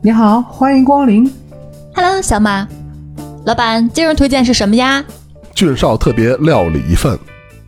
你好，欢迎光临。 Hello， 小马。老板，今日推荐是什么呀？ 俊少特别料理一份。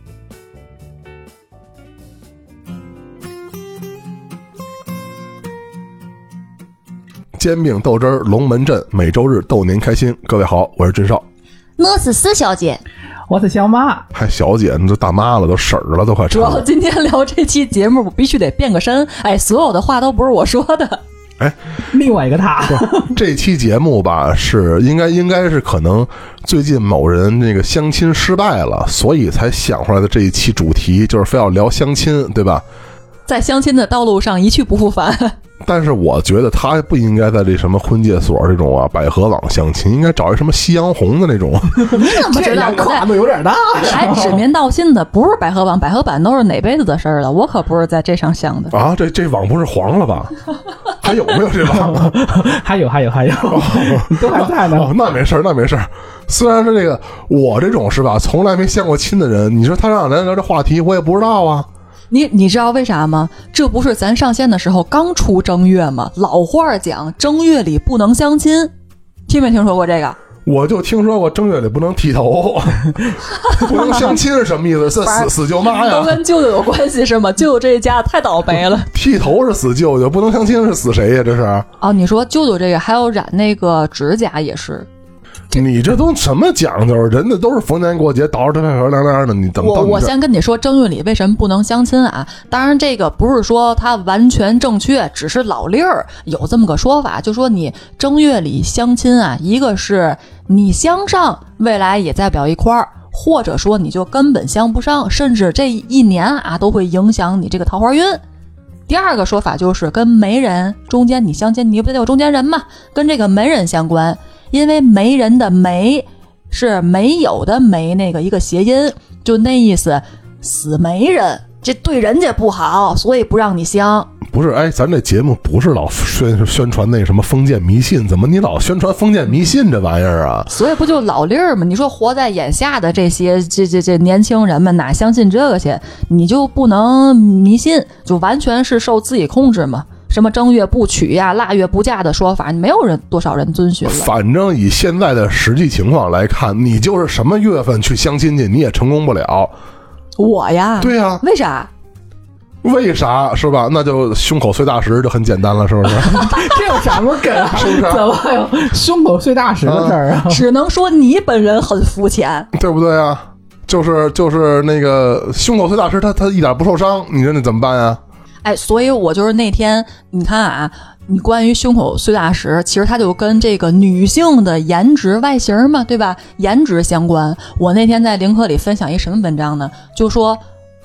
煎饼豆汁儿龙门阵，每周日逗您开心。各位好，我是俊少。 我是四小姐。 我是小马。 还小姐，你都大妈了，都婶儿了，都快成了。 主要今天聊这期节目，我必须得变个身。哎，所有的话都不是我说的。 哎， 另外一个他。 这期节目吧，是应该是可能最近某人那个相亲失败了，所以才想出来的这一期主题，就是非要聊相亲，对吧？ 在相亲的道路上一去不复返。 但是我觉得他不应该在这什么婚介所这种啊百合网相亲，应该找一什么夕阳红的那种。 你怎么知道我跨度有点大？ 还指名道姓的不是百合网，百合版都是哪辈子的事儿了？我可不是在这上想的啊！这网不是黄了吧？还有没有这网？ 还有，都还在呢。 哦，那没事。虽然是这个我这种是吧，从来没相过亲的人，你说他让咱聊这话题，我也不知道啊。 你知道为啥吗？这不是咱上线的时候刚出正月吗？老话讲，正月里不能相亲，听没听说过这个？ 我就听说过正月里不能剃头，不能相亲是什么意思？是死舅妈呀？ 都跟舅舅有关系是吗？舅舅这一家太倒霉了。 剃头是死舅舅，不能相亲是死谁呀？这是哦，你说舅舅这个还有染那个指甲也是。 你这都什么讲究？人家都是逢年过节捯饬得漂漂亮亮的，你怎么？ 我先跟你说正月里为什么不能相亲啊？当然这个不是说它完全正确，只是老例儿有这么个说法，就说你正月里相亲啊，一个是你相上，未来也在不了一块儿，或者说你就根本相不上，甚至这一年啊都会影响你这个桃花运。第二个说法就是跟媒人中间你相亲，你不得有中间人嘛，跟这个媒人相关。因为媒人的媒是没有的媒，那个一个谐音，就那意思，死媒人，这对人家不好，所以不让你相。 不是，哎，咱这节目不是老宣传那什么封建迷信，怎么你老宣传封建迷信这玩意儿啊？ 所以不就老例儿吗？你说活在眼下的这些这年轻人们哪相信这个去？你就不能迷信，就完全是受自己控制嘛。什么正月不娶呀，腊月不嫁的说法，没有多少人遵循了。 反正以现在的实际情况来看，你就是什么月份去相亲去，你也成功不了。 我呀？ 对呀。 为啥？ 为啥是吧？那就胸口碎大石就很简单了，是不是？ 这有什么梗啊？ 是不是？ 怎么还有胸口碎大石的事儿啊？ 只能说你本人很肤浅， 对不对啊？就是那个胸口碎大石，他一点不受伤，你说那怎么办呀？ 哎，所以我就是那天你看啊，你关于胸口碎大石，其实它就跟这个女性的颜值外形嘛，对吧？颜值相关。我那天在零课里分享一什么文章呢？就说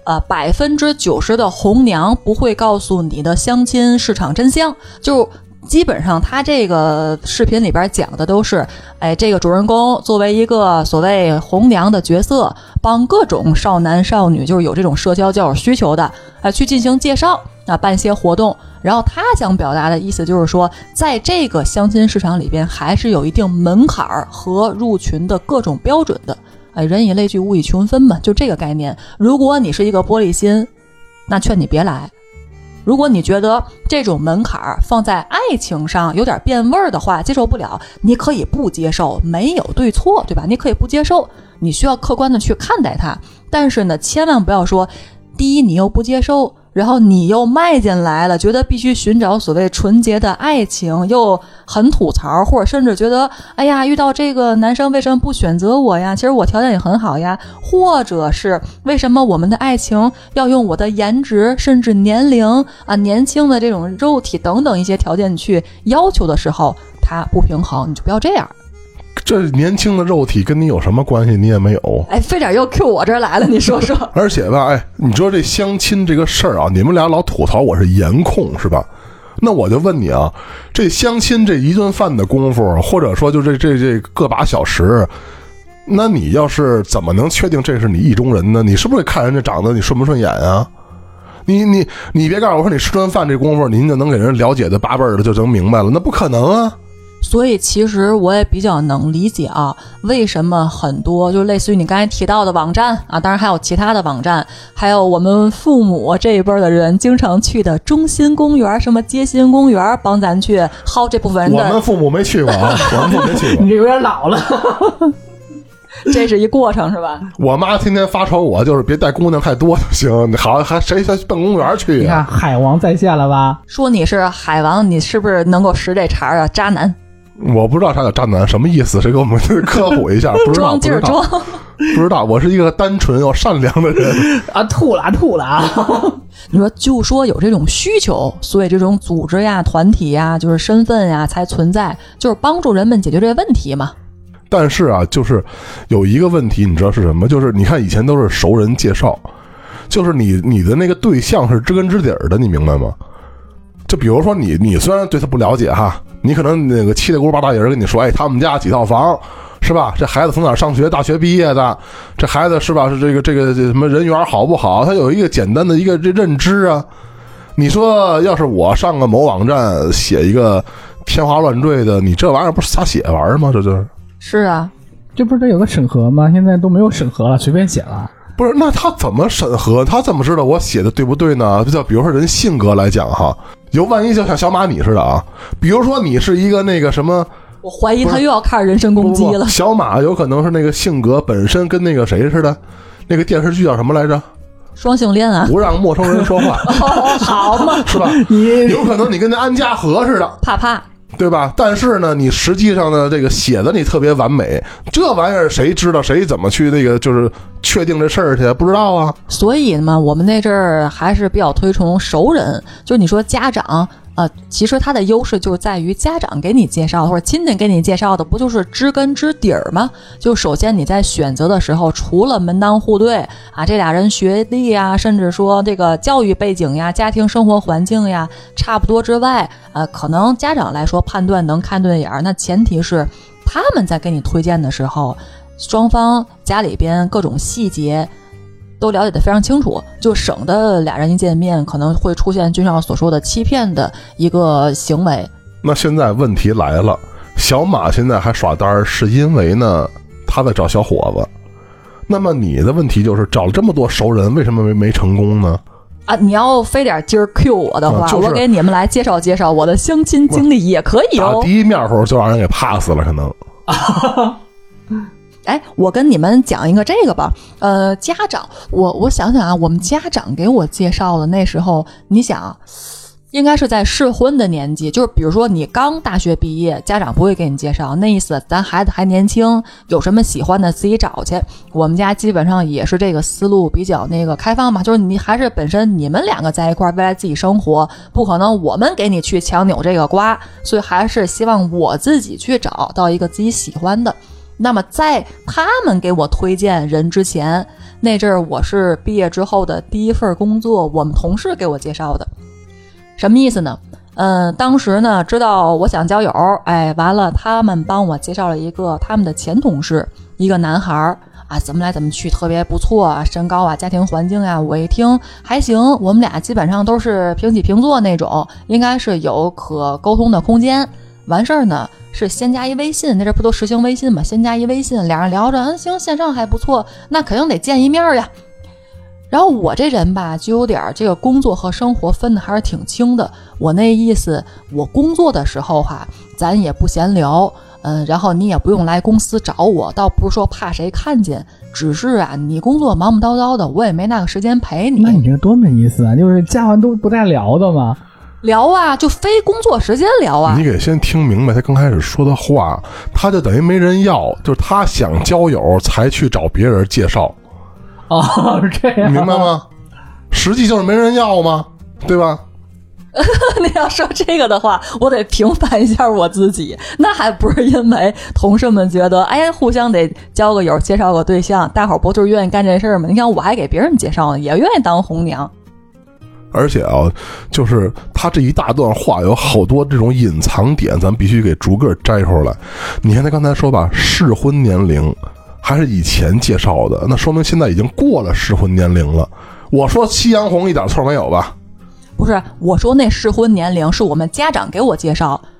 90%的红娘不会告诉你的相亲市场真相，就基本上他这个视频里边讲的都是，哎，这个主人公作为一个所谓红娘的角色，帮各种少男少女，就是有这种社交交友需求的，去进行介绍啊，办些活动。然后他想表达的意思就是说，在这个相亲市场里边，还是有一定门槛和入群的各种标准的。哎，人以类聚，物以群分嘛，就这个概念。如果你是一个玻璃心，那劝你别来。如果你觉得这种门槛放在爱情上有点变味儿的话，接受不了，你可以不接受，没有对错，对吧？你可以不接受，你需要客观的去看待它。但是呢，千万不要说，第一你又不接受，然后你又迈进来了，觉得必须寻找所谓纯洁的爱情，又很吐槽，或者甚至觉得哎呀，遇到这个男生为什么不选择我呀？其实我条件也很好呀，或者是为什么我们的爱情要用我的颜值甚至年龄啊、年轻的这种肉体等等一些条件去要求的时候，它不平衡，你就不要这样。 这年轻的肉体跟你有什么关系？你也没有。 哎，非得又 Q 我这儿来了，你说说。 而且吧，哎，你说这相亲这个事儿啊，你们俩老吐槽我是颜控是吧？那我就问你啊，这相亲这一顿饭的功夫，或者说就这个把小时，那你要是怎么能确定这是你意中人呢？你是不是看人家长得你顺不顺眼啊？你别告诉我说你吃顿饭这功夫您就能给人了解的八辈儿的就能明白了，那不可能啊。 所以其实我也比较能理解啊，为什么很多就类似于你刚才提到的网站啊，当然还有其他的网站，还有我们父母这一辈的人经常去的中心公园、什么街心公园，帮咱去薅这部分人的。 我们父母没去过啊，我们父母没去过。 你这有点老了。 这是一过程是吧？ 我妈天天发愁我就是别带姑娘太多就行，好还谁奔公园去你看海王在线了吧？ 说你是海王，你是不是能够识这茬啊？渣男。 我不知道啥叫渣男，什么意思？谁给我们科普一下？不知道， 装劲儿装， 不知道。我是一个单纯又善良的人啊！吐了啊！ 你说，就说有这种需求，所以这种组织呀、团体呀，就是身份呀才存在，就是帮助人们解决这个问题嘛。 但是啊，就是有一个问题，你知道是什么？就是你看以前都是熟人介绍，就是你的那个对象是知根知底儿的，你明白吗？就比如说你虽然对他不了解哈，你可能那个七大姑八大姨跟你说，哎，他们家几套房是吧？这孩子从哪上学，大学毕业的，这孩子是吧？是这个什么人缘好不好？他有一个简单的一个这认知啊。你说要是我上个某网站写一个天花乱坠的，你这玩意儿不是瞎写玩意儿吗？这就是。 是啊， 这不是得有个审核吗？现在都没有审核了，随便写了。 不是，那他怎么审核？他怎么知道我写的对不对呢？就比如说人性格来讲哈，有万一就像小马你似的啊，比如说你是一个那个什么， 我怀疑他又要开始人身攻击了。 小马有可能是那个性格本身跟那个谁似的，那个电视剧叫什么来着？ 双性恋啊， 不让陌生人说话。 哦，好嘛， 是吧？有可能你跟那安家和似的， 怕。 对吧？但是呢，你实际上呢，这个写的你特别完美，这玩意儿谁知道谁怎么去那个就是确定这事儿去？不知道啊。 所以嘛，我们那阵儿还是比较推崇熟人，就是你说家长。其实它的优势就在于家长给你介绍或者亲戚给你介绍的，不就是知根知底儿吗？就首先你在选择的时候，除了门当户对啊，这俩人学历呀，甚至说这个教育背景呀、家庭生活环境呀差不多之外，可能家长来说判断能看对眼儿，那前提是他们在给你推荐的时候，双方家里边各种细节都了解得非常清楚，就省得俩人一见面可能会出现君少所说的欺骗的一个行为。 那现在问题来了，小马现在还耍单是因为呢他在找小伙子，那么你的问题就是找了这么多熟人，为什么没成功呢？ 啊，你要非点今儿 Q 我的话，我给你们来介绍介绍我的相亲经历也可以哦。 打第一面时候就让人给 pass 了，可能。 哎，我跟你们讲一个这个吧，家长，我想想啊，我们家长给我介绍的那时候，你想，应该是在适婚的年纪，就是比如说你刚大学毕业，家长不会给你介绍，那意思咱孩子还年轻，有什么喜欢的自己找去。我们家基本上也是这个思路比较那个开放嘛，就是你还是本身你们两个在一块儿，未来自己生活，不可能我们给你去强扭这个瓜，所以还是希望我自己去找到一个自己喜欢的。那么在他们给我推荐人之前，那阵儿我是毕业之后的第一份工作，我们同事给我介绍的。什么意思呢？当时呢知道我想交友，哎，完了他们帮我介绍了一个他们的前同事，一个男孩啊，怎么来怎么去特别不错啊，身高啊，家庭环境啊，我一听还行，我们俩基本上都是平起平坐那种，应该是有可沟通的空间。完事儿呢是先加一微信，那这不都实行微信吗？先加一微信，俩人聊着，行，线上还不错，那肯定得见一面呀。然后我这人吧，就有点这个工作和生活分的还是挺清的。我那意思，我工作的时候哈，咱也不闲聊，然后你也不用来公司找我，倒不是说怕谁看见，只是啊，你工作忙忙叨叨的，我也没那个时间陪你。 那你这个多没意思啊！就是加完都不带聊的吗？ 聊啊，就非工作时间聊啊。 你给先听明白他刚开始说的话，他就等于没人要，就是他想交友才去找别人介绍。 哦，是这样， 明白吗？实际就是没人要吗？对吧？ 你要说这个的话，我得平反一下我自己，那还不是因为同事们觉得，哎，互相得交个友，介绍个对象，大伙儿不就是愿意干这事儿吗？你看我还给别人介绍呢，也愿意当红娘。 而且啊，就是他这一大段话有好多这种隐藏点，咱必须给逐个摘出来。你看他刚才说吧，适婚年龄还是以前介绍的，那说明现在已经过了适婚年龄了。我说夕阳红一点错没有吧？ 不是，我说那适婚年龄是我们家长给我介绍，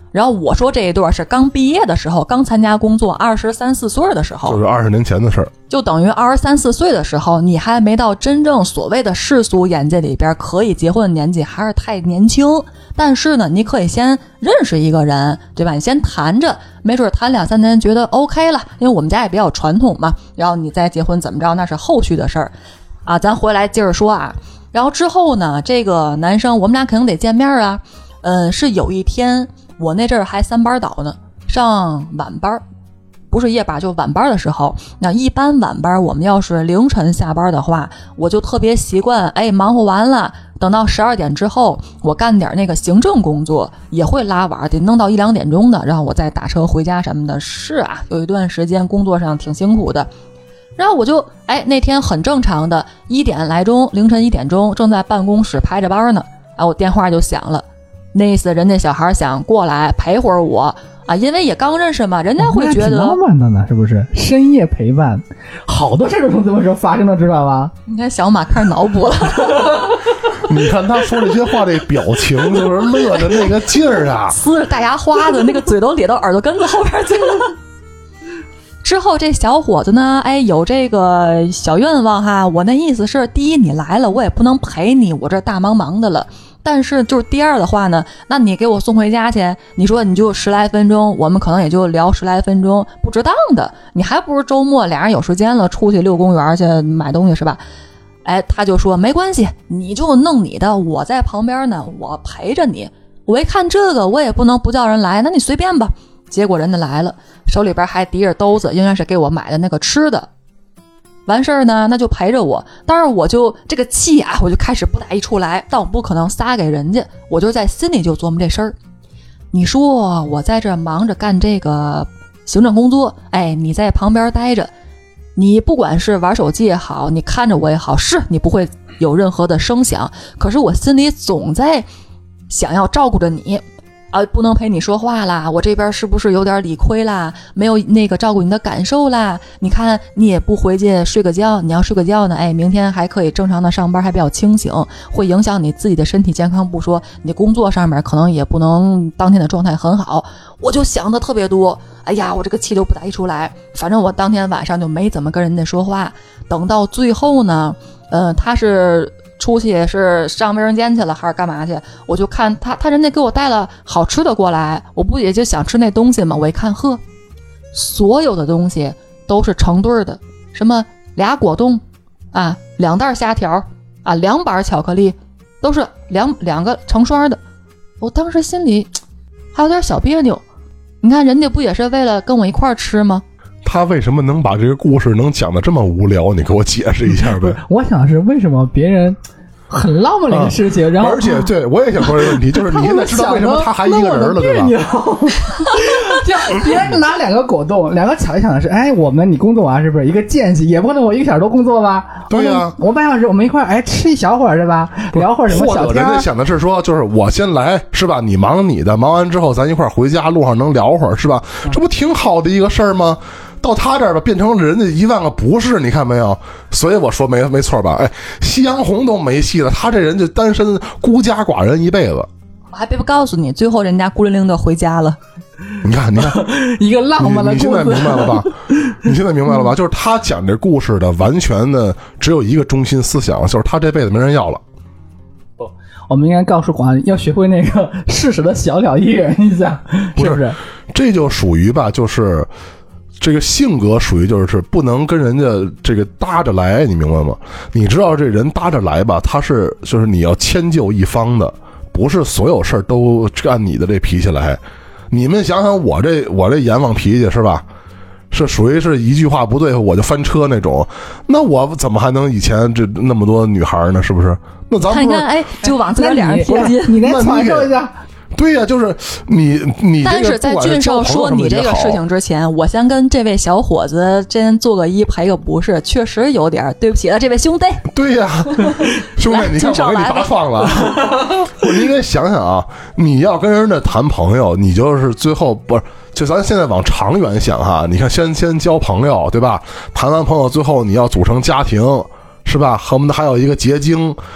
然后我说这一对是刚毕业的时候，刚参加工作，23、24岁的时候， 就是20年前的事儿， 就等于23、24岁的时候，你还没到真正所谓的世俗眼界里边可以结婚的年纪，还是太年轻。但是呢，你可以先认识一个人，对吧？你先谈着，没准谈2、3年觉得 OK 了，因为我们家也比较传统嘛。然后你再结婚怎么着，那是后续的事儿啊。咱回来接着说啊。然后之后呢，这个男生我们俩肯定得见面啊。是有一天。我那阵儿还3班倒呢，上晚班，不是夜班就晚班的时候。那一般晚班我们要是凌晨下班的话，我就特别习惯，忙活完了，等到12点之后，我干点那个行政工作，也会拉晚，得弄到1、2点钟的，然后我再打车回家什么的。是啊，有一段时间工作上挺辛苦的。然后我就那天很正常的1点来钟，凌晨1点钟，正在办公室排着班呢，我电话就响了。那意思人家小孩想过来陪会儿我啊，因为也刚认识嘛，人家会觉得浪漫的呢，是不是？深夜陪伴，好多事都从这么时候发生的，知道吧？ 你看小马开始脑补了。 你看他说这些话，这表情就是乐的那个劲儿啊， 呲着大牙花子，那个嘴都咧到耳朵根子后边去了。之后这小伙子呢，有这个小愿望哈。我那意思是，第一，你来了，我也不能陪你，我这大忙的了。但是就是第二的话呢，那你给我送回家去，你说你就10来分钟，我们可能也就聊10来分钟，不值当的。你还不如周末俩人有时间了，出去遛公园去买东西是吧？他就说没关系，你就弄你的，我在旁边呢，我陪着你。我一看这个，我也不能不叫人来，那你随便吧。结果人家来了，手里边还提着兜子，应该是给我买的那个吃的。完事儿呢，那就陪着我。当然我就这个气啊，我就开始不打一处来，但我不可能撒给人家，我就在心里就琢磨这事儿。你说我在这忙着干这个行政工作，你在旁边待着，你不管是玩手机也好，你看着我也好，是你不会有任何的声响，可是我心里总在想要照顾着你。不能陪你说话啦，我这边是不是有点理亏啦，没有那个照顾你的感受啦，你看你也不回去睡个觉，你要睡个觉呢，明天还可以正常的上班，还比较清醒，会影响你自己的身体健康不说，你工作上面可能也不能当天的状态很好。我就想的特别多，我这个气就不打一出来。反正我当天晚上就没怎么跟人家说话。等到最后呢，他是出去是上卫生间去了还是干嘛去，我就看他人家给我带了好吃的过来，我不也就想吃那东西吗？我一看呵，所有的东西都是成对的，什么俩果冻啊，2袋虾条啊，2板巧克力，都是两个成双的。我当时心里还有点小别扭，你看人家不也是为了跟我一块吃吗？ 他为什么能把这个故事能讲得这么无聊？你给我解释一下呗。 我想是为什么别人很浪漫的一个事情，然后而且对我也想说这个问题，就是你现在知道为什么他还一个人了，对吧？ 就别人拿2个果冻，2个巧克力，想的是，你工作完是不是一个间隙，也不可能我1个小时都工作吧？ 对呀， 我半小时我们一块吃一小会儿是吧？聊会儿什么小天。 或者人家想的是说，就是我先来是吧？你忙你的，忙完之后咱一块回家，路上能聊会儿是吧？这不挺好的一个事儿吗？到他这儿吧，变成了人家10000个不是，你看没有？所以我说没错吧？夕阳红都没戏了，他这人就单身孤家寡人一辈子。 我还别不告诉你，最后人家孤零零的回家了。 你看一个浪漫的故事， 你现在明白了吧？你现在明白了吧？就是他讲这故事的完全的只有一个中心思想，就是他这辈子没人要了。 我们应该告诉广安，要学会那个适时的小鸟依人一下，是不是？ 这就属于吧，就是这个性格属于就是不能跟人家这个搭着来，你明白吗？你知道这人搭着来吧，他是就是你要迁就一方的，不是所有事儿都按你的这脾气来。你们想想我这阎王脾气是吧？是属于是一句话不对我就翻车那种，那我怎么还能以前这那么多女孩呢？是不是？那咱们看就往自个脸上贴金， 你来传授一下。 对呀，就是你但是在俊少说你这个事情之前，我先跟这位小伙子真做个揖赔个不是，确实有点对不起了，这位兄弟。 对呀，兄弟，你看我给你拔创了。你得想想啊，你要跟人家谈朋友，你就是最后不是，就咱现在往长远想哈，你看先交朋友，对吧？谈完朋友，最后你要组成家庭，是吧？恨不得还有一个结晶。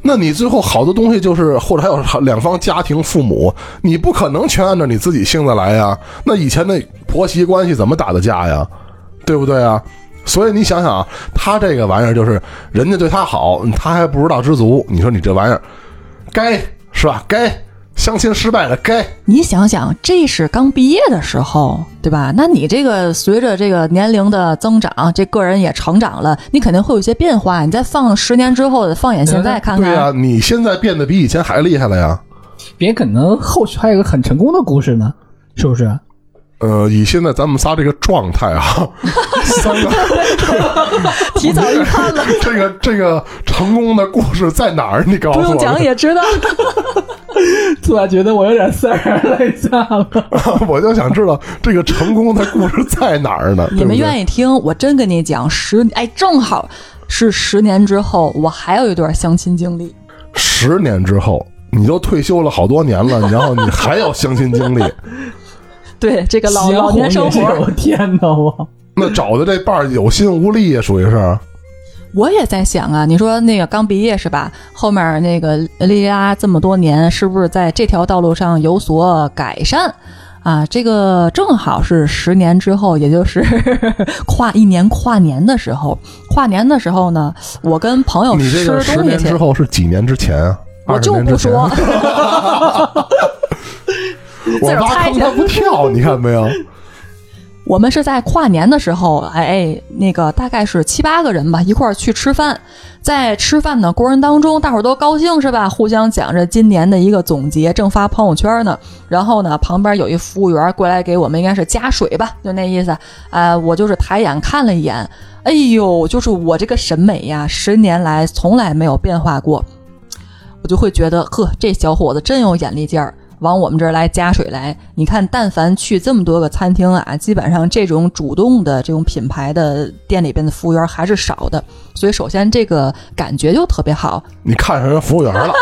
那你最后好多东西就是，或者还有两方家庭父母，你不可能全按照你自己性子来呀。那以前的婆媳关系怎么打的架呀？对不对啊？所以你想想啊，他这个玩意儿就是人家对他好，他还不知道知足。你说你这玩意儿，该是吧？该相亲失败了，该。 你想想，这是刚毕业的时候，对吧？那你这个随着这个年龄的增长，这个人也成长了，你肯定会有一些变化。你再放10年之后的，放眼现在看看， 对呀，你现在变得比以前还厉害了呀。 别可能后续还有一个很成功的故事呢，是不是？ 以现在咱们仨这个状态啊，三个提早预判了。 这个成功的故事在哪儿？你告诉我。 不用讲也知道。 突然觉得我有点潸然泪下了。 我就想知道这个成功的故事在哪儿呢？ 你们愿意听？我真跟你讲正好是10年之后，我还有一段相亲经历。 10年之后，你都退休了好多年了，然后你还有相亲经历。 对，这个老年生活， 我天哪！我那找的这伴儿有心无力啊，属于是。 我也在想啊，你说那个刚毕业是吧？后面那个莉拉这么多年，是不是在这条道路上有所改善啊？这个正好是10年之后，也就是跨年的时候。跨年的时候呢，我跟朋友吃东西去。 你这个10年之后是几年之前啊？ 我就不说。 我挖坑他不跳，你看没有？ 我们是在跨年的时候，那个大概是7、8个人吧，一块儿去吃饭。在吃饭的过程当中，大伙儿都高兴是吧？互相讲着今年的一个总结，正发朋友圈呢。然后呢，旁边有一服务员过来给我们应该是加水吧，就那意思。我就是抬眼看了一眼，哎呦，就是我这个审美呀，10年来从来没有变化过。我就会觉得，呵，这小伙子真有眼力劲儿。往我们这儿来加水来，你看但凡去这么多个餐厅啊，基本上这种主动的这种品牌的店里边的服务员还是少的，所以首先这个感觉就特别好。 你看上人服务员了。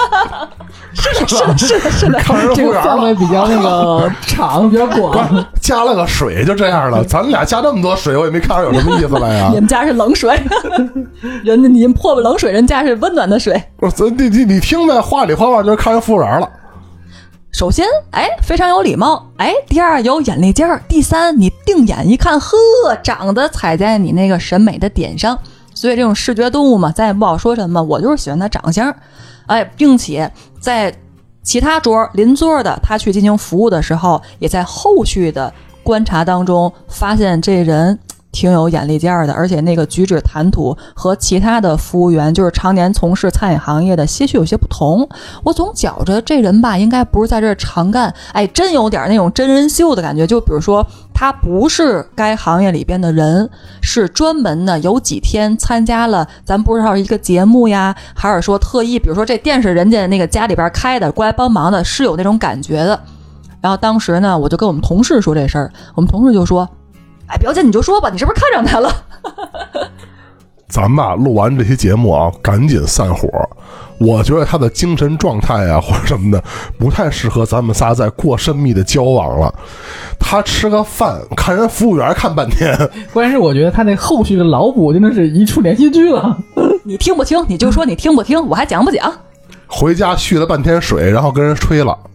是的， 看人服务员了， 这个范围比较那个长，比较广。 加了个水就这样了，咱俩加那么多水，我也没看出有什么意思来呀。 你们家是冷水，你们泼不冷水，人家是温暖的水。 你听呗，话里话外就是看人服务员了。 首先，非常有礼貌，第二有眼力劲儿，第三你定眼一看，呵，长得踩在你那个审美的点上，所以这种视觉动物嘛，咱也不好说什么，我就是喜欢他长相，并且在其他桌邻座的他去进行服务的时候，也在后续的观察当中发现这人挺有眼力劲儿的，而且那个举止谈吐和其他的服务员就是常年从事餐饮行业的些许有些不同。我总觉着这人吧，应该不是在这儿常干，真有点那种真人秀的感觉。就比如说，他不是该行业里边的人，是专门的有几天参加了，咱不知道一个节目呀，还是说特意，比如说这店是人家那个家里边开的，过来帮忙的，是有那种感觉的。然后当时呢，我就跟我们同事说这事儿，我们同事就说。表姐你就说吧，你是不是看上他了？ 咱们吧录完这期节目啊，赶紧散伙。我觉得他的精神状态啊或者什么的不太适合咱们仨再过深密的交往了。他吃个饭看人服务员看半天， 关键是我觉得他那后续的脑补真的是一出连续剧了。 你听不听你就说你听不听，我还讲不讲。 回家续了半天水，然后跟人吹了。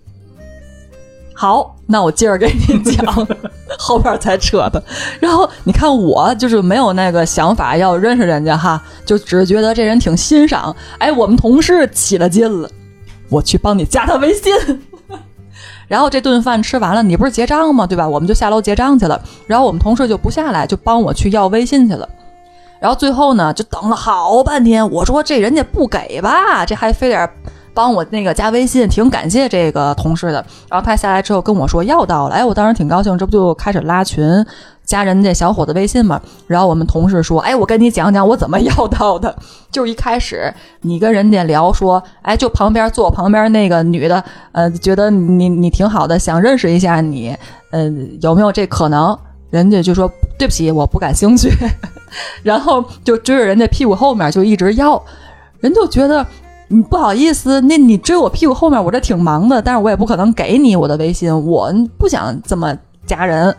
好，那我接着给你讲后边才扯的。然后你看我就是没有那个想法要认识人家哈，就只是觉得这人挺欣赏。我们同事起了劲了，我去帮你加他微信。然后这顿饭吃完了，你不是结账吗？对吧？我们就下楼结账去了。然后我们同事就不下来，就帮我去要微信去了。然后最后呢，就等了好半天。我说这人家不给吧，这还非得帮我那个加微信，挺感谢这个同事的。然后他下来之后跟我说要到了，我当时挺高兴，这不就开始拉群加人家小伙子微信嘛。然后我们同事说，我跟你讲讲我怎么要到的。就是一开始你跟人家聊说，就旁边坐旁边那个女的，觉得你挺好的，想认识一下你，有没有这可能？人家就说对不起，我不感兴趣。然后就追着人家屁股后面就一直要，人就觉得。不好意思，那你追我屁股后面，我这挺忙的，但是我也不可能给你我的微信，我不想这么加人。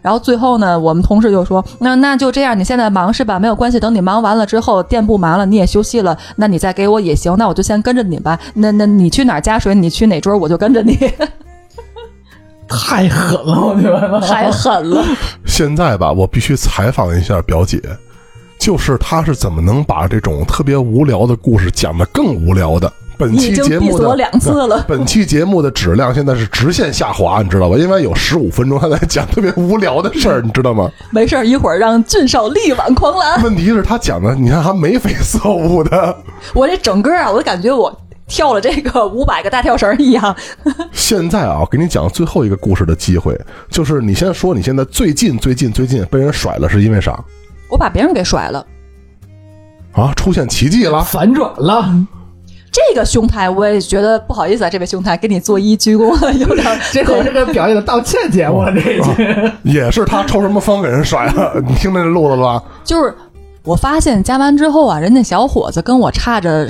然后最后呢，我们同事就说，那就这样，你现在忙是吧？没有关系，等你忙完了之后，店不忙了，你也休息了，那你再给我也行，那我就先跟着你吧。那你去哪儿加水，你去哪桌，我就跟着你。 太狠了，我觉得太狠了。 现在吧，我必须采访一下表姐，就是她是怎么能把这种特别无聊的故事讲得更无聊的？本期节目的 2次了， 本期节目的质量现在是直线下滑，你知道吧？因为有15分钟他在讲特别无聊的事儿，你知道吗？ 没事，一会儿让俊少力挽狂澜。 问题是他讲的，你看还眉飞色舞的。我这整个啊，我感觉我跳了这个500个大跳绳一样。 现在啊，我给你讲最后一个故事的机会，就是你先说你现在最近被人甩了是因为啥？ 我把别人给甩了。 啊，出现奇迹了， 反转了。 这个兄台我也觉得不好意思啊，这位兄台给你做一鞠躬了，有点这可是个表演的道歉节目了，这也是他抽什么风给人甩了，你听这路子了吧？ 就是我发现加完之后啊，人家小伙子跟我差着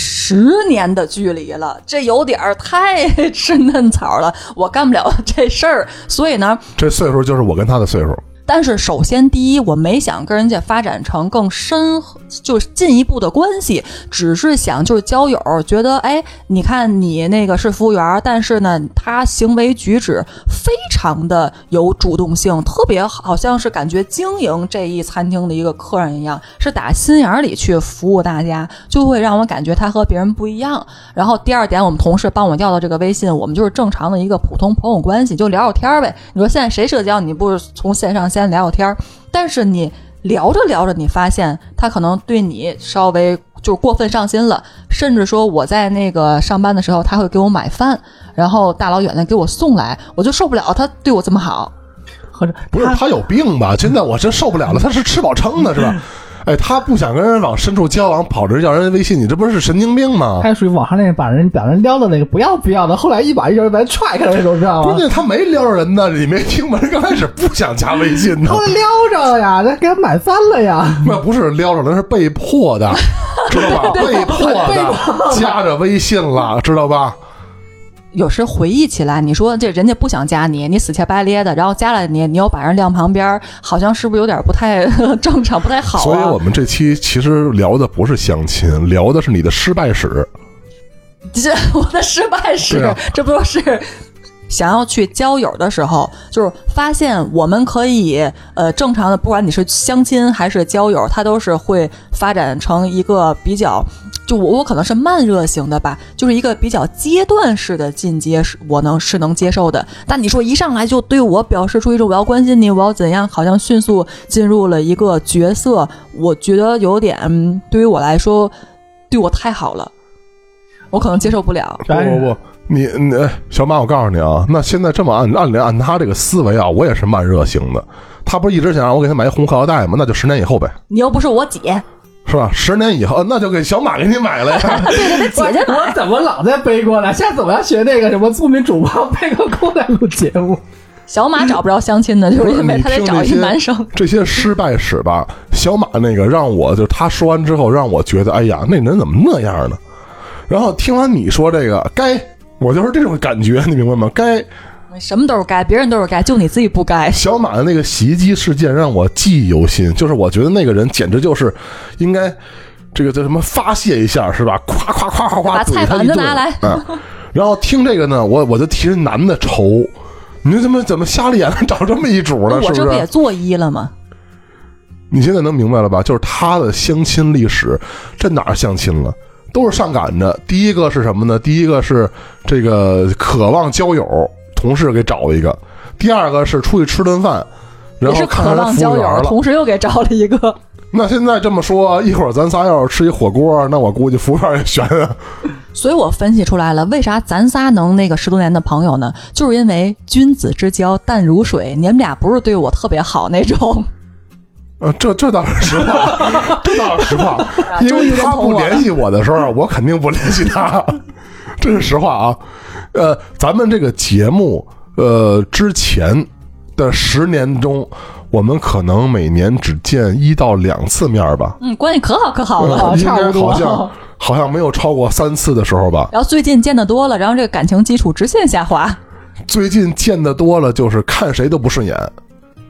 10年的距离了，这有点太吃嫩草了，我干不了这事儿，所以呢， 这岁数就是我跟他的岁数。 但是首先第一，我没想跟人家发展成更深就是进一步的关系，只是想就是交友，觉得哎，你看你那个是服务员，但是呢他行为举止非常的有主动性，特别好像是感觉经营这一餐厅的一个客人一样，是打心眼里去服务大家，就会让我感觉他和别人不一样。然后第二点，我们同事帮我要到这个微信，我们就是正常的一个普通朋友关系，就聊聊天呗。你说现在谁社交你不是从线上先聊聊天，但是你聊着聊着你发现他可能对你稍微就是过分上心了，甚至说我在那个上班的时候他会给我买饭，然后大老远的给我送来，我就受不了他对我这么好。 不是他有病吧？现在我真受不了了，他是吃饱撑的是吧？哎，他不想跟人往深处交往，跑着要人微信，你这不是神经病吗？ 他属于网上那个把人撩的那个不要，的，后来一把人把人踹开了那种，知道吗？ 关键他没撩着人呢，你没听吗？人刚开始不想加微信呢， 后来撩着呀，人给他买饭了呀。 那不是撩着，那是被迫的，知道吧？被迫的加着微信了，知道吧？ 有时回忆起来，你说这人家不想加你，你死乞白咧的，然后加了你，你又把人晾旁边，好像是不是有点不太正常，不太好啊？ 所以我们这期其实聊的不是相亲，聊的是你的失败史。 这我的失败史，这不是想要去交友的时候，就是发现我们可以正常的，不管你是相亲还是交友，它都是会发展成一个比较，就我可能是慢热型的吧，就是一个比较阶段式的进阶，我能接受的。但你说一上来就对我表示出一种我要关心你，我要怎样，好像迅速进入了一个角色，我觉得有点对于我来说对我太好了，我可能接受不了。 不你小马，我告诉你啊，那现在这么按他这个思维啊，我也是慢热型的。他不是一直想让我给他买一红裤腰带吗？那就10年以后呗。 你又不是我姐， 是吧？10年以后，那就给小马给你买了呀。 对，姐姐买。 我怎么老在背过来？下次我要学那个什么聪明主播背个过来录节目。 小马找不着相亲的，就是因为他得找一个男生。 这些失败史吧，小马那个让我就他说完之后，让我觉得，哎呀，那人怎么那样呢？然后听完你说这个，我就是这种感觉，你明白吗？ 什么都是该，别人都是该，就你自己不该。 小马的那个洗衣机事件让我记忆犹新，就是我觉得那个人简直就是应该这个叫什么发泄一下，是吧？夸夸夸夸夸， 把菜板子拿来。 然后听这个呢，我就替人男的愁，你怎么瞎了眼了找这么一主呢？ 我这不也做一了吗？ 你现在能明白了吧？就是他的相亲历史，这哪儿相亲了？都是上赶着。第一个是什么呢？第一个是这个渴望交友，同事给找一个；第二个是出去吃顿饭，然后看上服务员了， 同事又给找了一个。 那现在这么说，一会儿咱仨要是吃一火锅，那我估计服务员也选啊。 所以我分析出来了，为啥咱仨能那个10多年的朋友呢？就是因为君子之交淡如水，你们俩不是对我特别好那种。 这倒是实话，这倒是实话，因为他不联系我的时候，我肯定不联系他，这是实话啊。咱们这个节目，之前的10年中，我们可能每年只见1到2次面吧。 关系可好了， 差不多，好像没有超过3次的时候吧。 然后最近见得多了，然后这个感情基础直线下滑。 最近见得多了，就是看谁都不顺眼。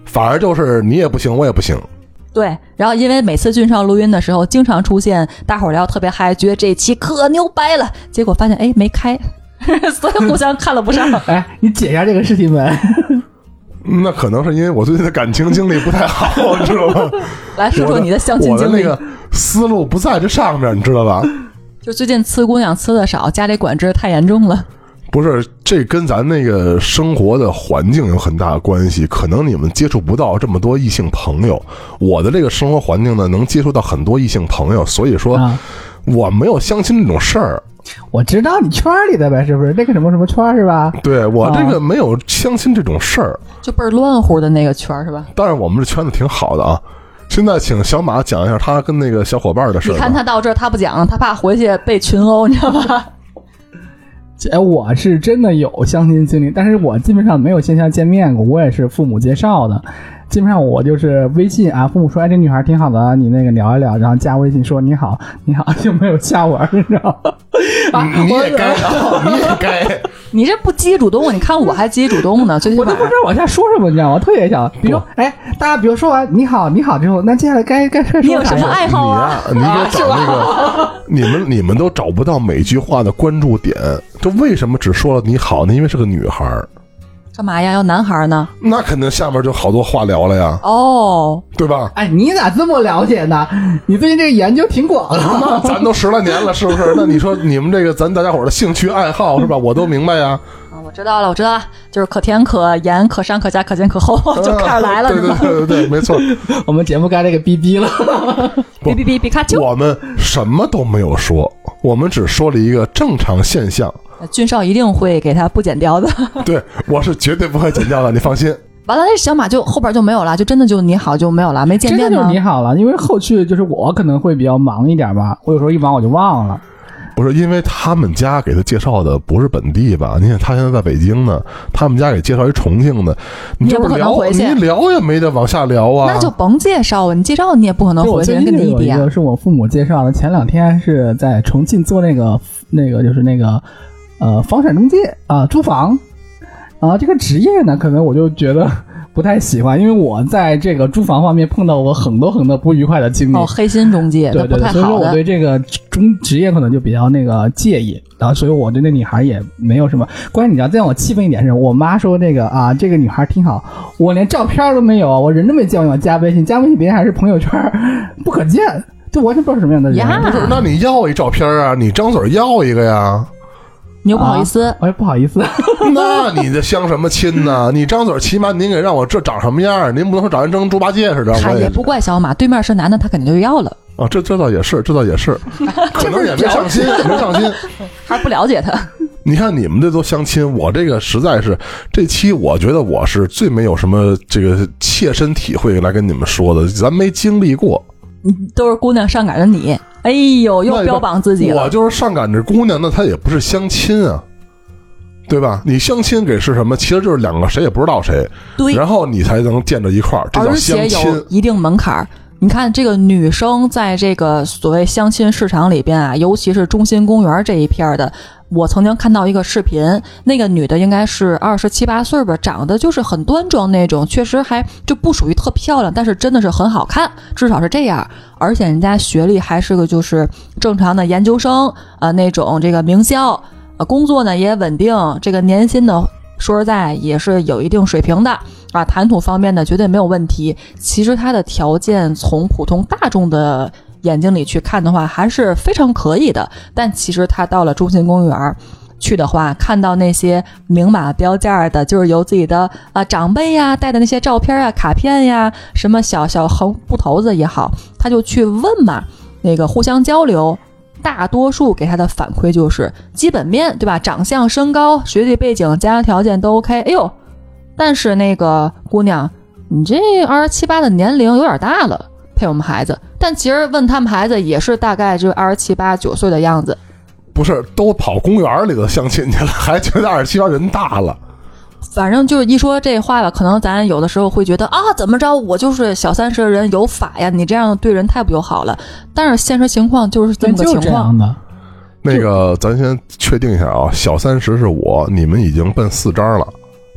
反而就是你也不行，我也不行。 对，然后因为每次俊少录音的时候，经常出现大伙儿聊特别嗨，觉得这期可牛掰了，结果发现哎没开，所以互相看了不上。 哎，你解一下这个事情呗。 那可能是因为我最近的感情经历不太好，你知道吗？ 来说说你的相亲经历。 我的那个思路不在这上面，你知道吧？ 就最近呲姑娘呲的少，家里管制太严重了。 不是，这跟咱那个生活的环境有很大的关系。可能你们接触不到这么多异性朋友，我的这个生活环境呢，能接触到很多异性朋友，所以说我没有相亲这种事儿。 我知道你圈里的呗，是不是那个什么什么圈是吧？ 对，我这个没有相亲这种事儿， 就倍儿乱乎的那个圈是吧？ 但是我们这圈子挺好的啊。现在请小马讲一下他跟那个小伙伴的事儿。 你看他到这儿他不讲，他怕回去被群殴，你知道吧？ 哎，我是真的有相亲经历，但是我基本上没有线下见面过，我也是父母介绍的。基本上我就是微信啊，父母说哎这女孩挺好的，你那个聊一聊，然后加微信说你好你好，就没有下文，你知道吗？ 你也该啊，你也该。 你这不积极主动，你看我还积极主动呢。最近我都不知道往下说什么，你知道吗？我特别想，比如说，哎，大家比如说完你好你好之后，那接下来该说你有什么爱好啊？ 你给找那个，你们都找不到每句话的关注点，就为什么只说了你好呢？因为是个女孩儿。 干嘛呀？要男孩呢？ 那肯定下面就好多话聊了呀。 哦， 对吧？ 哎，你咋这么了解呢？你最近这个研究挺广的。 那咱都10来年了，是不是？那你说你们这个咱大家伙的兴趣爱好是吧？我都明白呀。 我知道了，就是可甜可盐可上可加可尖可厚，就开始来了。 对，没错。 我们节目该这个逼逼了。 哔比卡丘。 我们什么都没有说，我们只说了一个正常现象。 俊少一定会给他不剪掉的。 对，我是绝对不会剪掉的，你放心。 完了，那小马就后边就没有了，就真的就你好就没有了，没见面吗？ 真的就你好了，因为后续就是我可能会比较忙一点吧，我有时候一忙我就忘了。 不是因为他们家给他介绍的不是本地吧？你看他现在在北京呢，他们家给介绍一重庆的，你这不聊，你聊也没得往下聊啊。 那就甭介绍啊，你介绍你也不可能回去，人跟你一比啊。 是我父母介绍的，前2天是在重庆做那个就是那个房产中介啊，租房啊，这个职业呢，可能我就觉得不太喜欢，因为我在这个租房方面碰到过很多不愉快的经历。 黑心中介， 对， 不太好的。 所以说我对这个职业可能就比较介意，然后所以我对那女孩也没有什么。关键你知道，再让我气愤一点是，我妈说这个女孩挺好，我连照片都没有，我人都没见过，我加微信别人还是朋友圈不可见，就完全不知道什么样的人。 不是，那你要一照片啊，你张嘴要一个呀。 你又不好意思， 我也不好意思。 那你这相什么亲呢？你张嘴起码您给让我这长什么样，您不能说长人跟猪八戒似的。 他也不怪小马，对面是男的，他肯定就要了。 啊，这倒也是，可能也没上心， 还不了解他。 你看你们这都相亲，我这个实在是这期，我觉得我是最没有什么这个切身体会来跟你们说的，咱没经历过。 都是姑娘上赶着你，哎呦，又标榜自己了。 我就是上赶着姑娘，那她也不是相亲啊，对吧？你相亲给是什么？其实就是两个谁也不知道谁， 对， 然后你才能见着一块儿，这叫相亲。 而且有一定门槛。你看这个女生在这个所谓相亲市场里边啊，尤其是中心公园这一片的，我曾经看到一个视频，那个女的应该是27、8岁吧，长得就是很端庄那种，确实还就不属于特漂亮，但是真的是很好看，至少是这样。而且人家学历还是个就是正常的研究生那种这个名校工作呢也稳定，这个年薪呢说实在也是有一定水平的谈吐方面呢绝对没有问题。其实他的条件从普通大众的眼睛里去看的话还是非常可以的，但其实他到了中心公园去的话，看到那些明码标价的，就是由自己的长辈呀带的那些照片卡片呀，什么小横布头子也好，他就去问嘛，那个互相交流。大多数给他的反馈就是基本面，对吧？长相、身高、学历背景、家庭条件都 OK。哎呦，但是那个姑娘，你这27、8的年龄有点大了，配我们孩子。但其实问他们孩子也是大概就27、8、9岁的样子。 不是，都跑公园里头相亲去了，还觉得27、8人大了。 反正就是一说这话吧，可能咱有的时候会觉得怎么着，我就是小30的人有法呀，你这样对人太不友好了。但是现实情况就是这么个情况的。 那个咱先确定一下小30是我，你们已经奔4张了，不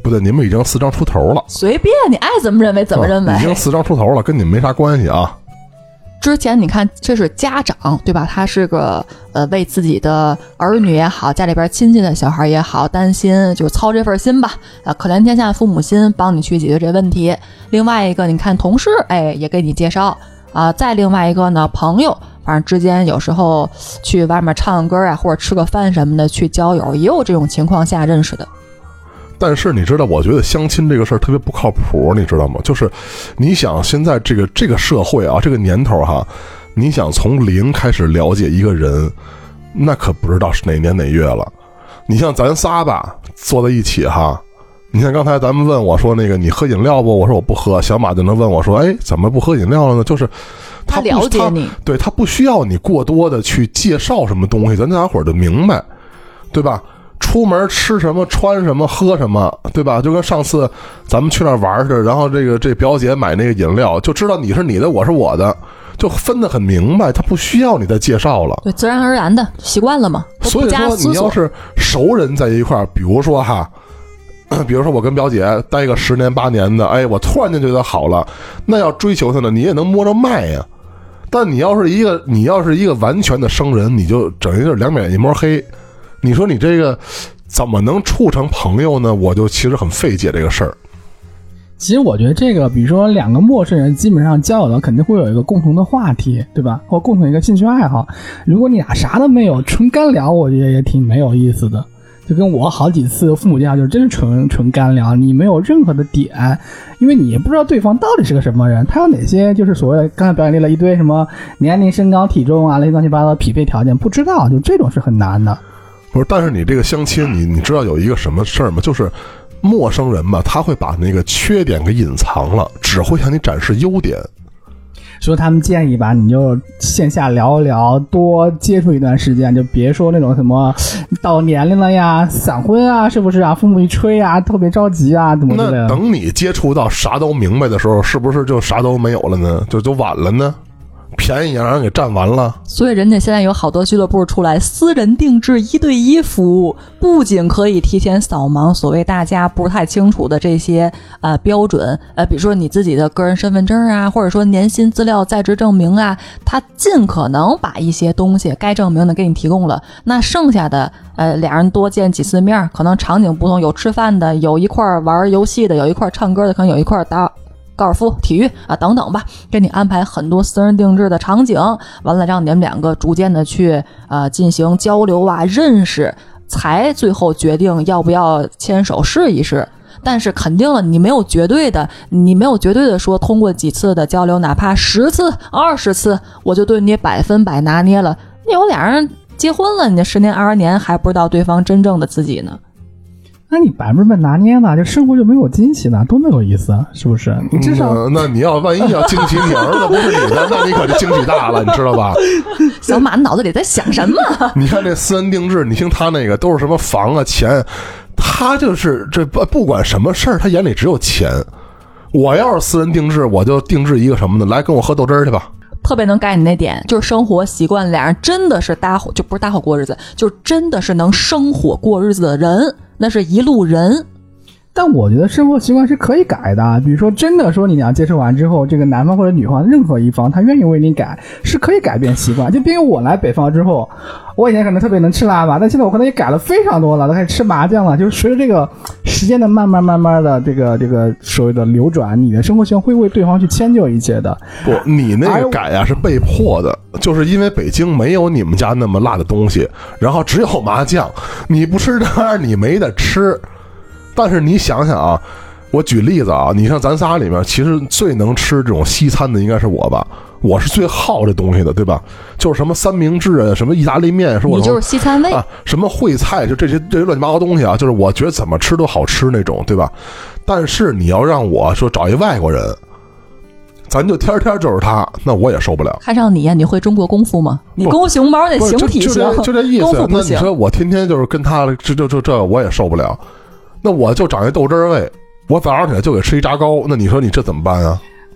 不对？你们已经4张出头了， 随便你爱怎么认为怎么认为， 已经4张出头了，跟你们没啥关系啊。 之前你看，这是家长对吧？他是个为自己的儿女也好，家里边亲戚的小孩也好，担心就操这份心吧，可怜天下父母心，帮你去解决这问题。另外一个，你看同事，也给你介绍啊。再另外一个呢，朋友，反正之间有时候去外面唱歌啊，或者吃个饭什么的，去交友，也有这种情况下认识的。 但是你知道，我觉得相亲这个事儿特别不靠谱，你知道吗？就是你想现在这个社会啊，这个年头哈，你想从零开始了解一个人，那可不知道是哪年哪月了。你像咱仨吧，坐在一起哈，你看刚才咱们问我说那个你喝饮料不？我说我不喝。小马就能问我说，哎，怎么不喝饮料了呢？就是他了解你， 对，他不需要你过多的去介绍什么东西，咱大伙儿就明白，对吧？出门吃什么穿什么喝什么，对吧？就跟上次咱们去那玩似的，然后这表姐买那个饮料，就知道你是你的，我是我的，就分得很明白，他不需要你再介绍了， 对，自然而然的习惯了嘛。 所以说你要是熟人在一块儿，比如说我跟表姐待个10年8年的，哎，我突然间觉得好了，那要追求她呢，你也能摸着脉呀。但你要是一个完全的生人，你就整一个两眼一摸黑。你说你这个怎么能处成朋友呢？我就其实很费解这个事儿。 其实我觉得这个，比如说2个陌生人基本上交友的肯定会有一个共同的话题，对吧？或共同一个兴趣爱好。如果你俩啥都没有，纯干聊，我觉得也挺没有意思的。就跟我好几次父母介绍，就真是纯干聊，你没有任何的点，因为你也不知道对方到底是个什么人，他有哪些就是所谓的刚才表演列了一堆什么年龄、身高、体重啊，乱七八糟的匹配条件，不知道，就这种是很难的。 不是，但是你这个相亲，你知道有一个什么事儿吗？就是陌生人嘛，他会把那个缺点给隐藏了，只会向你展示优点。 所以他们建议吧，你就线下聊一聊，多接触一段时间，就别说那种什么到年龄了呀、闪婚啊，是不是啊？父母一催啊，特别着急啊，怎么之类的。 那等你接触到啥都明白的时候，是不是就啥都没有了呢？就晚了呢？便宜让人给占完了。 所以人家现在有好多俱乐部出来私人定制1对1服务，不仅可以提前扫盲所谓大家不太清楚的这些标准，比如说你自己的个人身份证啊，或者说年薪资料在职证明啊，他尽可能把一些东西该证明的给你提供了。那剩下的俩人多见几次面，可能场景不同，有吃饭的，有一块玩游戏的，有一块唱歌的，可能有一块打高尔夫、体育啊等等吧，给你安排很多私人定制的场景，完了让你们2个逐渐的去进行交流啊、认识，才最后决定要不要牵手试一试。但是肯定了，你没有绝对的说通过几次的交流，哪怕10次、20次，我就对你100%拿捏了。你有俩人结婚了，你这10年、20年还不知道对方真正的自己呢。 那你100%拿捏呢，这生活就没有惊喜呢，多没有意思啊，是不是？你至少那你要万一要惊喜你儿子不是你的，那你可就惊喜大了，你知道吧？ 小马脑子里在想什么？ 你看这私人定制，你听他那个都是什么房啊、钱，他就是这不管什么事儿，他眼里只有钱。我要是私人定制，我就定制一个什么呢？来跟我喝豆汁儿去吧。 特别能改你那点，就是生活习惯，俩人真的是就不是搭伙过日子，就真的是能生火过日子的人，那是一路人。 但我觉得生活习惯是可以改的，比如说真的说你俩接受完之后，这个男方或者女方任何一方他愿意为你改，是可以改变习惯。就比如我来北方之后，我以前可能特别能吃辣吧，但现在我可能也改了非常多了，都开始吃麻酱了。就是随着这个时间的慢慢的这个所谓的流转，你的生活习惯会为对方去迁就一切的。 不，你那个改啊是被迫的，就是因为北京没有你们家那么辣的东西，然后只有麻酱，你不吃当然你没得吃。但是你想想啊，我举例子啊，你像咱仨里面，其实最能吃这种西餐的应该是我吧，我是最好这东西的，对吧？就是什么三明治啊，什么意大利面，是我你就是西餐味啊，什么烩菜，就这些乱七八糟东西啊，就是我觉得怎么吃都好吃那种，对吧？但是你要让我说找一外国人，咱就天天就是他，那我也受不了。 看上你呀，你会中国功夫吗？你功熊猫那形体行， 就这意思。那你说我天天就是跟他这我也受不了。那我就长一豆汁味，我早上起来就给吃一炸糕，那你说你这怎么办啊？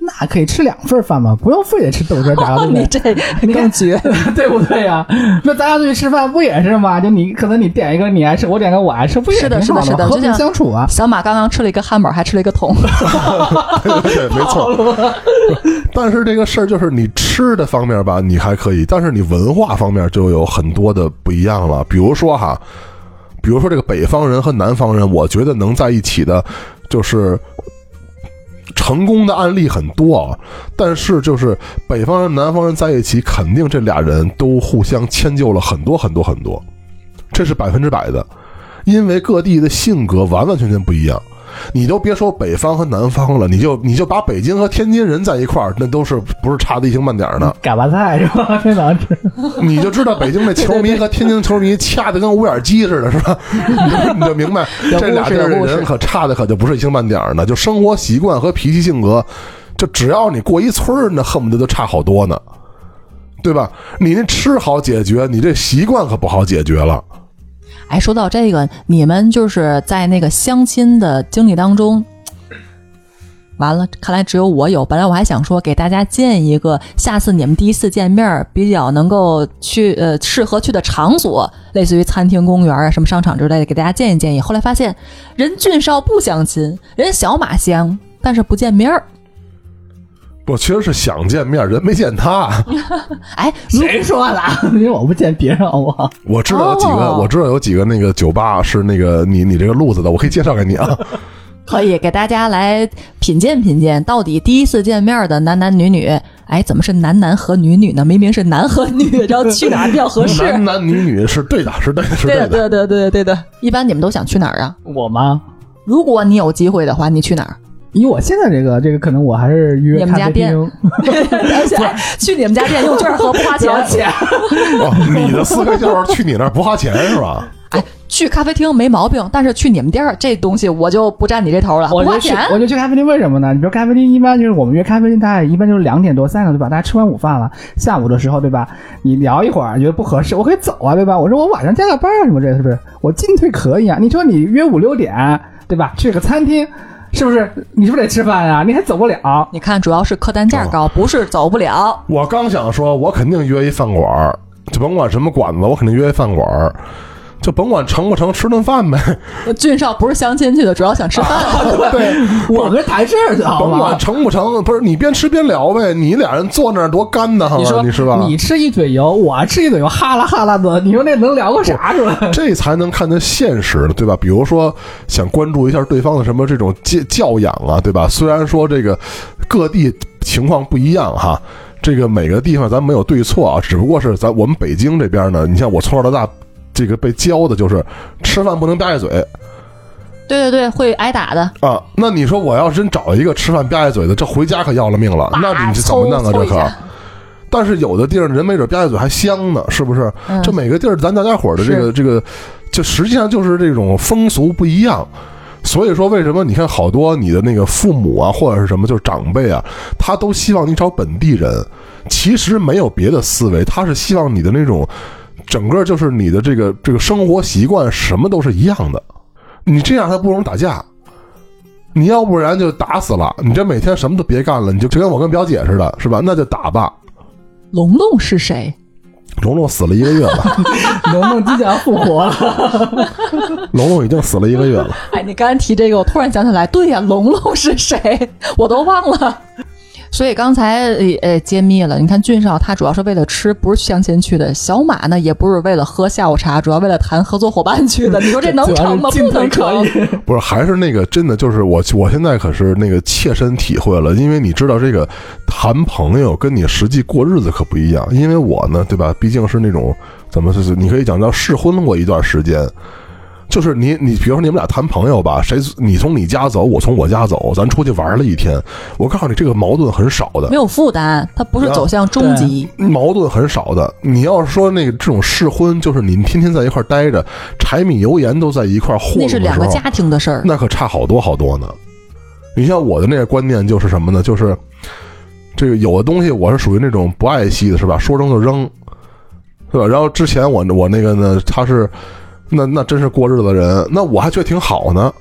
那可以吃2份饭嘛，不用非得吃豆汁炸糕， 你这更绝， 对不对呀？那咱俩出去吃饭不也是吗？就你可能你点一个你爱吃，我点个我爱吃，不也是的，是的，是的， 和平相处啊。 小马刚刚吃了一个汉堡，还吃了一个桶， 对，没错。但是这个事儿就是你吃的方面吧，你还可以，但是你文化方面就有很多的不一样了。比如说这个北方人和南方人，我觉得能在一起的，就是成功的案例很多啊。但是就是北方人、南方人在一起，肯定这俩人都互相迁就了很多很多很多，这是100%的，因为各地的性格完完全全不一样。你都别说北方和南方了，你就把北京和天津人在一块儿，那都是不是差的一星半点呢？ 嘎巴菜是吧？非常吃。 你就知道北京的球迷和天津球迷掐的跟五眼鸡似的，是吧？你就明白这俩地儿的人可差的可就不是一星半点呢。就生活习惯和脾气性格，就只要你过一村儿，那恨不得就差好多呢，对吧？你那吃好解决，你这习惯可不好解决了。 哎，说到这个，你们就是在那个相亲的经历当中，完了，看来只有我有。本来我还想说给大家建议一个，下次你们第一次见面比较能够去适合去的场所，类似于餐厅、公园啊、什么商场之类的，给大家建议建议。后来发现，人俊少不相亲，人小马相，但是不见面儿。 我其实是想见面，人没见他。 哎， 谁说的？因为我不见别人好不好？ 我知道有几个，我知道有几个那个酒吧是那个你这个路子的，我可以介绍给你啊。 可以给大家来品鉴品鉴，到底第一次见面的男男女女，哎，怎么是男男和女女呢？明明是男和女，然后去哪儿比较合适？ 男男女女是对的，是对的，是对的，对的，对的，对的。一般你们都想去哪儿啊？ 我吗？ 如果你有机会的话，你去哪儿？ 以我现在这个可能我还是约你们家店，而且去你们家店用券和不花钱。 哦，你的思维就是去你那儿不花钱是吧？ 哎，去咖啡厅没毛病，但是去你们店这东西我就不站你这头了，不花钱。 我就去咖啡厅，为什么呢？你说咖啡厅一般就是我们约咖啡厅，大概一般就是2点多3个对吧？大家吃完午饭了，下午的时候对吧？你聊一会儿觉得不合适，我可以走啊对吧？我说我晚上加个班啊什么这是不是？我进退可以啊。你说你约5、6点对吧？去个餐厅。是不是？你是不是得吃饭呀？你还走不了。 你看，主要是客单价高，不是走不了。 我刚想说，我肯定约一饭馆，就甭管什么馆子，我肯定约一饭馆，就甭管成不成，吃顿饭呗。 俊少不是相亲去的，主要想吃饭。 对，我们谈事儿去好吗？ 甭管成不成，不是你边吃边聊呗。你俩人坐那儿多干的， 你说你是吧？ 你吃一嘴油，我吃一嘴油，哈啦哈啦的，你说那能聊个啥是吧？ 这才能看得现实的，对吧？比如说想关注一下对方的什么这种教养啊，对吧？虽然说这个各地情况不一样哈，这个每个地方咱没有对错啊，只不过是我们北京这边呢，你像我从小到大。这个被教的就是吃饭不能吧唧嘴， 对对对，会挨打的啊。那你说我要真找一个吃饭吧唧嘴的，这回家可要了命了，那你怎么弄啊？这可。但是有的地儿人没准吧唧嘴还香呢，是不是？这每个地儿咱大家伙的这个，就实际上就是这种风俗不一样。所以说，为什么你看好多你的那个父母啊，或者是什么，就是长辈啊，他都希望你找本地人，其实没有别的思维，他是希望你的那种。整个就是你的这个生活习惯什么都是一样的，你这样还不容易打架，你要不然就打死了，你这每天什么都别干了，你就跟我跟表姐似的，是吧？那就打吧。 龙龙是谁？ 龙龙死了1个月了。 龙龙即将复活了。 龙龙已经死了1个月了。 哎，你刚才提这个，我突然想起来，对呀，龙龙是谁？我都忘了。所以刚才揭秘了，你看俊少他主要是为了吃，不是相亲去的。小马呢也不是为了喝下午茶，主要为了谈合作伙伴去的。你说这能成吗？不能成。 不是，还是那个真的就是我现在可是那个切身体会了，因为你知道这个谈朋友跟你实际过日子可不一样。因为我呢，对吧？毕竟是那种怎么是你可以讲叫试婚过一段时间。就是你比如说你们俩谈朋友吧，你从你家走，我从我家走，咱出去玩了一天，我告诉你这个矛盾很少的， 没有负担，它不是走向终极， 矛盾很少的。你要是说那个这种试婚，就是你天天在一块待着，柴米油盐都在一块和， 那是2个家庭的事儿， 那可差好多好多呢。你像我的那个观念就是什么呢？就是这个有的东西我是属于那种不爱惜的，是吧？说扔就扔，是吧？然后之前我那个呢，他是。那真是过日子的人，那我还觉得挺好呢。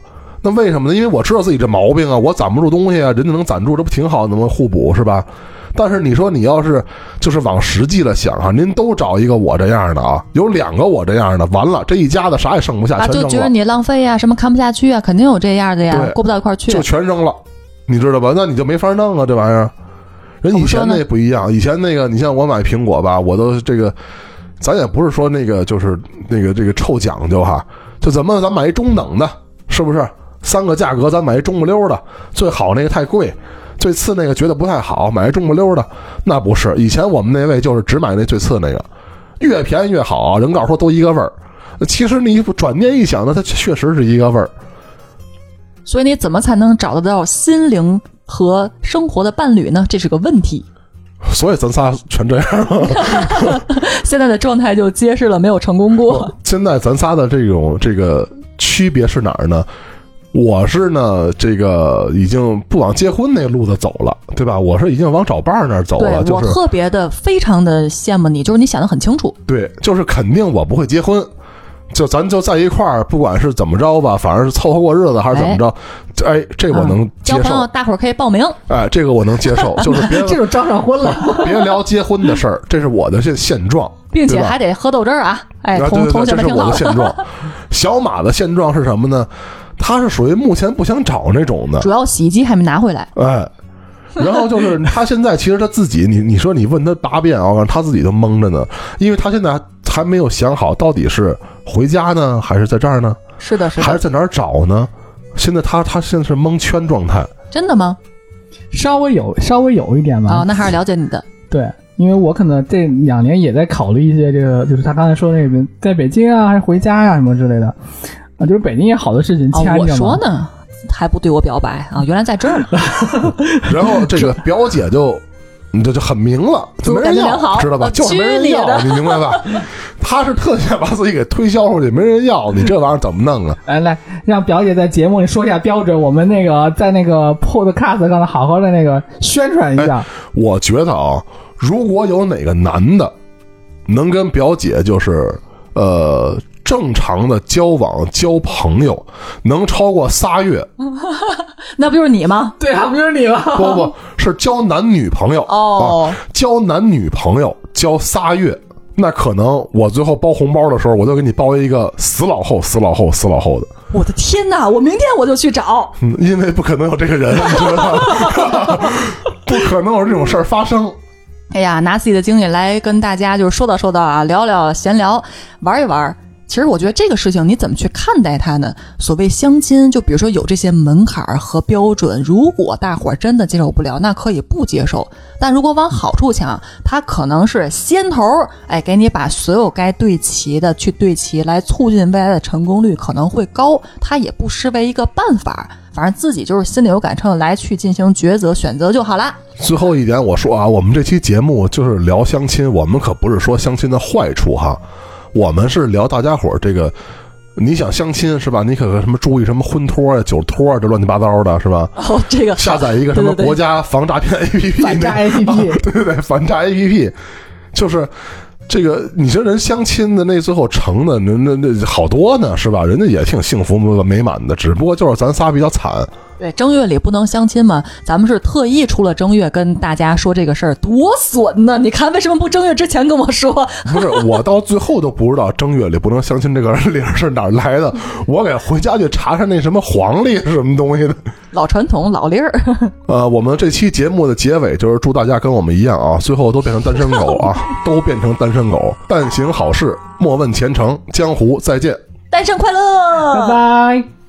那为什么呢？因为我知道自己这毛病啊，我攒不住东西啊，人家能攒住，这不挺好，那么互补是吧？但是你说你要是就是往实际了想啊，您都找一个我这样的啊，有2个我这样的，完了这一家子啥也剩不下，全扔了。 就觉得你浪费呀，什么看不下去啊，肯定有这样的呀，过不到一块去， 就全扔了，你知道吧？那你就没法弄啊，这玩意儿。人以前那不一样，以前那个你像我买苹果吧，我都这个，咱也不是说那个就是那个这个臭讲究哈，就咱买一中等的，是不是？3个价格咱买一中不溜的，最好那个太贵。最次那个觉得不太好，买一中不溜的，那不是。以前我们那位就是只买那最次那个，越便宜越好。人告诉说都一个味儿，其实你转念一想呢，它确实是一个味儿。 所以你怎么才能找得到心灵和生活的伴侣呢？这是个问题。 所以咱仨全这样现在的状态就揭示了没有成功过。 现在咱仨的这个区别是哪儿呢？我是呢，这个已经不往结婚那路子走了，对吧？我是已经往找伴儿那儿走了。 对，我特别的非常的羡慕你，就是你想得很清楚。 对，就是肯定我不会结婚，就咱就在一块儿，不管是怎么着吧，反正是凑合过日子还是怎么着，哎，这我能接受。 交朋友，大伙儿可以报名。 哎，这个我能接受，就是别这种招上婚了， 别聊结婚的事儿，这是我的现状， 并且还得喝豆汁儿啊！哎，同学们听好了， 这是我的现状。小马的现状是什么呢？他是属于目前不想找那种的， 主要洗衣机还没拿回来。 哎，然后就是他现在其实他自己，你说你问他答辩啊，他自己都懵着呢，因为他现在还没有想好到底是回家呢，还是在这儿呢？ 是的，是的， 还是在哪儿找呢？现在他现在是蒙圈状态。 真的吗？ 稍微有一点吧。 哦，那还是了解你的。 对，因为我可能这2年也在考虑一些这个，就是他刚才说那个在北京啊，还是回家呀、什么之类的。就是北京也好多事情掐着嘛。 我说呢，还不对我表白啊？原来在这儿呢。 然后这个表姐就很明了，就没人要，知道吧？就是没人要，你明白吧？他是特想把自己给推销出去，没人要，你这玩意儿怎么弄啊？ 来，让表姐在节目里说一下标准，我们那个在那个 Podcast 上好好的那个宣传一下。 我觉得啊，如果有哪个男的能跟表姐就是正常的交往交朋友能超过3月， 那不就是你吗？ 对啊，不就是你吗？ 不是交男女朋友哦、 交男女朋友交3月，那可能我最后包红包的时候，我就给你包一个死老厚的。 我的天哪！我明天我就去找， 因为不可能有这个人，你知道吗？不可能有这种事儿发生。 哎呀，拿自己的经历来跟大家就是说道啊，聊聊闲聊，玩一玩。其实我觉得这个事情你怎么去看待它呢？所谓相亲，就比如说有这些门槛和标准，如果大伙儿真的接受不了，那可以不接受。但如果往好处想，它可能是先头，哎，给你把所有该对齐的去对齐，来促进未来的成功率可能会高。它也不失为一个办法，反正自己就是心里有杆秤来去进行抉择选择就好啦。 最后一点我说啊，我们这期节目就是聊相亲，我们可不是说相亲的坏处哈。我们是聊大家伙这个，你想相亲是吧？你可什么注意什么婚托啊、酒托啊，这乱七八糟的是吧？ 哦，这个下载一个什么国家防诈骗 APP， 反诈 APP， 对，反诈 APP， 就是这个。你说人相亲的那最后成的那好多呢是吧？人家也挺幸福美满的，只不过就是咱仨比较惨。 对，正月里不能相亲嘛，咱们是特意出了正月跟大家说这个事儿，多损呢！你看为什么不正月之前跟我说？ 不是，我到最后都不知道正月里不能相亲这个理儿是哪儿来的，我给回家去查查那什么黄历是什么东西的。 老传统老理儿。 我们这期节目的结尾就是祝大家跟我们一样啊，最后都变成单身狗啊，都变成单身狗，但行好事，莫问前程，江湖再见， 单身快乐， 拜拜。